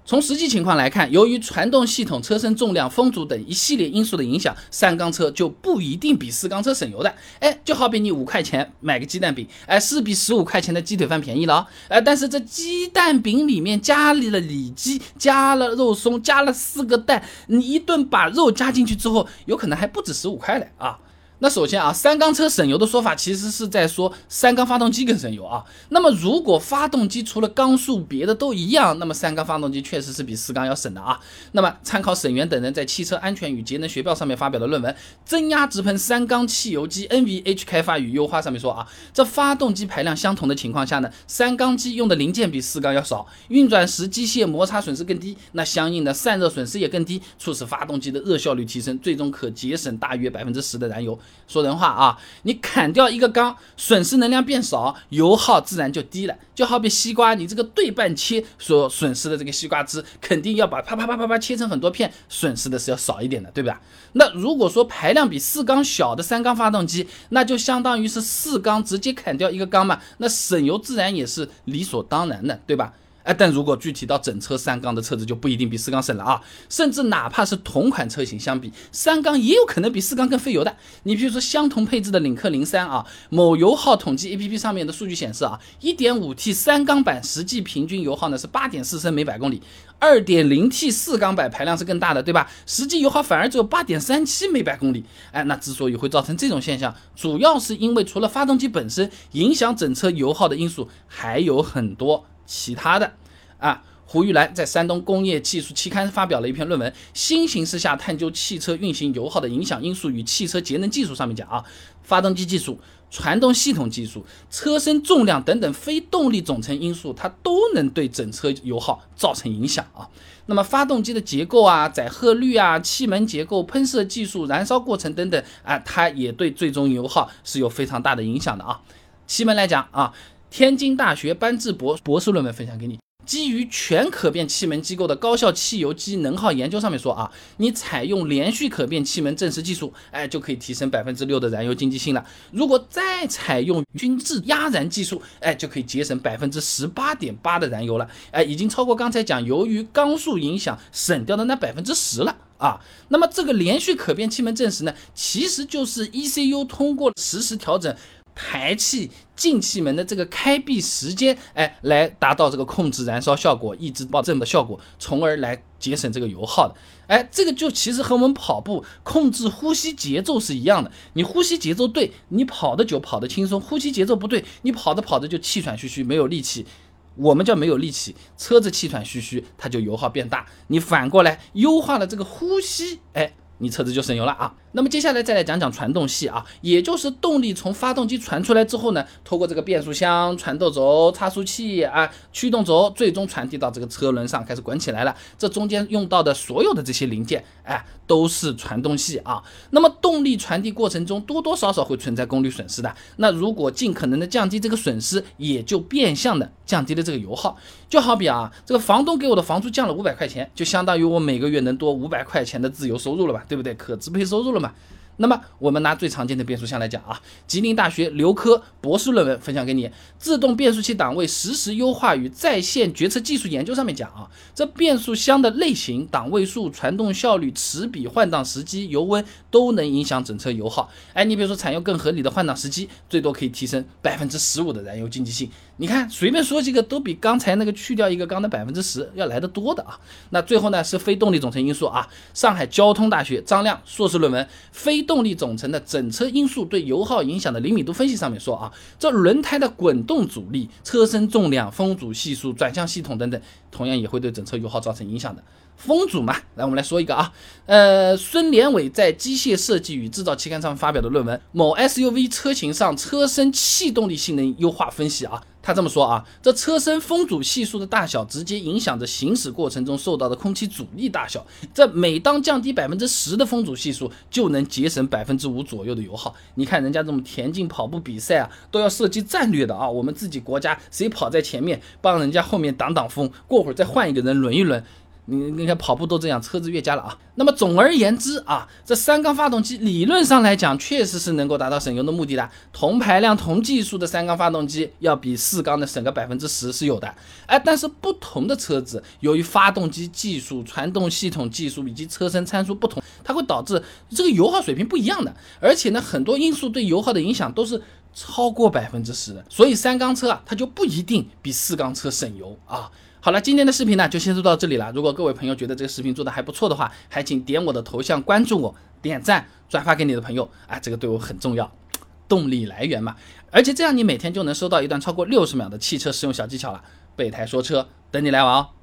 从实际情况来看，由于传动系统、车身重量、风阻等一系列因素的影响，三缸车就不一定比四缸车省油的。就好比你5块钱买个鸡蛋饼，是比15块钱的鸡腿饭便宜了但是这鸡蛋饼里面加了里脊，加了肉松，加了4个蛋，你一顿把肉加进去之后，有可能还不止15块嘞啊。那首先三缸车省油的说法其实是在说三缸发动机更省油那么如果发动机除了缸数别的都一样，那么三缸发动机确实是比四缸要省的那么参考沈源等人在汽车安全与节能学标上面发表的论文《增压直喷三缸汽油机 NVH 开发与优化》上面说这发动机排量相同的情况下呢，三缸机用的零件比四缸要少，运转时机械摩擦损失更低，那相应的散热损失也更低，促使发动机的热效率提升，最终可节省大约 10% 的燃油。说人话你砍掉一个缸，损失能量变少，油耗自然就低了。就好比西瓜，你这个对半切所损失的这个西瓜汁，肯定要把啪啪啪啪啪切成很多片，损失的是要少一点的，对吧？那如果说排量比四缸小的三缸发动机，那就相当于是四缸直接砍掉一个缸嘛，那省油自然也是理所当然的，对吧？但如果具体到整车三缸的车子就不一定比四缸省了甚至哪怕是同款车型相比，三缸也有可能比四缸更费油的。你比如说相同配置的领克03某油耗统计 APP 上面的数据显示1.5T 三缸版实际平均油耗呢是 8.4 升每百公里， 2.0T 四缸版排量是更大的，对吧？实际油耗反而只有 8.37 每百公里。那之所以会造成这种现象，主要是因为除了发动机本身影响整车油耗的因素，还有很多其他的胡玉兰在山东工业技术期刊发表了一篇论文《新形势下探究汽车运行油耗的影响因素与汽车节能技术》，上面讲发动机技术、传动系统技术、车身重量等等非动力总成因素，它都能对整车油耗造成影响那么发动机的结构载荷率气门结构、喷射技术、燃烧过程等等它也对最终油耗是有非常大的影响的气门来讲天津大学班志博士论文分享给你。基于全可变气门机构的高效汽油机能耗研究上面说你采用连续可变气门正时技术就可以提升 6% 的燃油经济性了。如果再采用均质压燃技术就可以节省 18.8% 的燃油了已经超过刚才讲由于缸数影响省掉的那 10% 了那么这个连续可变气门正时呢，其实就是 ECU 通过实时调整排气进气门的这个开闭时间来达到这个控制燃烧效果、抑制爆震的效果，从而来节省这个油耗的这个就其实和我们跑步控制呼吸节奏是一样的。你呼吸节奏对，你跑得久跑得轻松；呼吸节奏不对，你跑着就气喘吁吁，没有力气。我们叫没有力气，车子气喘吁吁，它就油耗变大。你反过来优化了这个呼吸你车子就省油了那么接下来再来讲讲传动系也就是动力从发动机传出来之后呢，透过这个变速箱、传动轴、差速器驱动轴，最终传递到这个车轮上开始滚起来了。这中间用到的所有的这些零件都是传动系那么动力传递过程中多多少少会存在功率损失的，那如果尽可能的降低这个损失，也就变相的降低了这个油耗。就好比这个房东给我的房租降了500块钱，就相当于我每个月能多500块钱的自由收入了吧，对不对？可支配收入了嘛。那么我们拿最常见的变速箱来讲吉林大学刘科博士论文分享给你，自动变速器档位实时优化与在线决策技术研究上面讲这变速箱的类型、档位数、传动效率、齿比、换挡时机、油温都能影响整车油耗你比如说采用更合理的换挡时机，最多可以提升 15% 的燃油经济性。你看随便说几个都比刚才那个去掉一个缸的 10% 要来得多的那最后呢是非动力总成因素上海交通大学张亮硕士论文《非动力总成的整车因素对油耗影响的厘米度分析》上面说这轮胎的滚动阻力、车身重量、风阻系数、转向系统等等，同样也会对整车油耗造成影响的。风阻嘛，来我们来说一个孙连伟在机械设计与制造期刊上发表的论文《某 SUV 车型上车身气动力性能优化分析》他这么说这车身风阻系数的大小直接影响着行驶过程中受到的空气阻力大小，这每当降低 10% 的风阻系数，就能节省 5% 左右的油耗。你看人家这种田径跑步比赛都要设计战略的我们自己国家谁跑在前面帮人家后面挡挡风，过会儿再换一个人轮一轮， 你看跑步都这样，车子越加了啊。那么总而言之啊，这3缸发动机理论上来讲确实是能够达到省油的目的的，同排量同技术的3缸发动机要比4缸的省个10%是有的。但是不同的车子由于发动机技术、传动系统技术以及车身参数不同，它会导致这个油耗水平不一样的，而且呢很多因素对油耗的影响都是超过10%的，所以3缸车它就不一定比4缸车省油啊。好了，今天的视频呢就先做到这里了。如果各位朋友觉得这个视频做的还不错的话，还请点我的头像关注我，点赞转发给你的朋友这个对我很重要，动力来源嘛。而且这样你每天就能收到一段超过60秒的汽车实用小技巧了。备胎说车，等你来玩哦。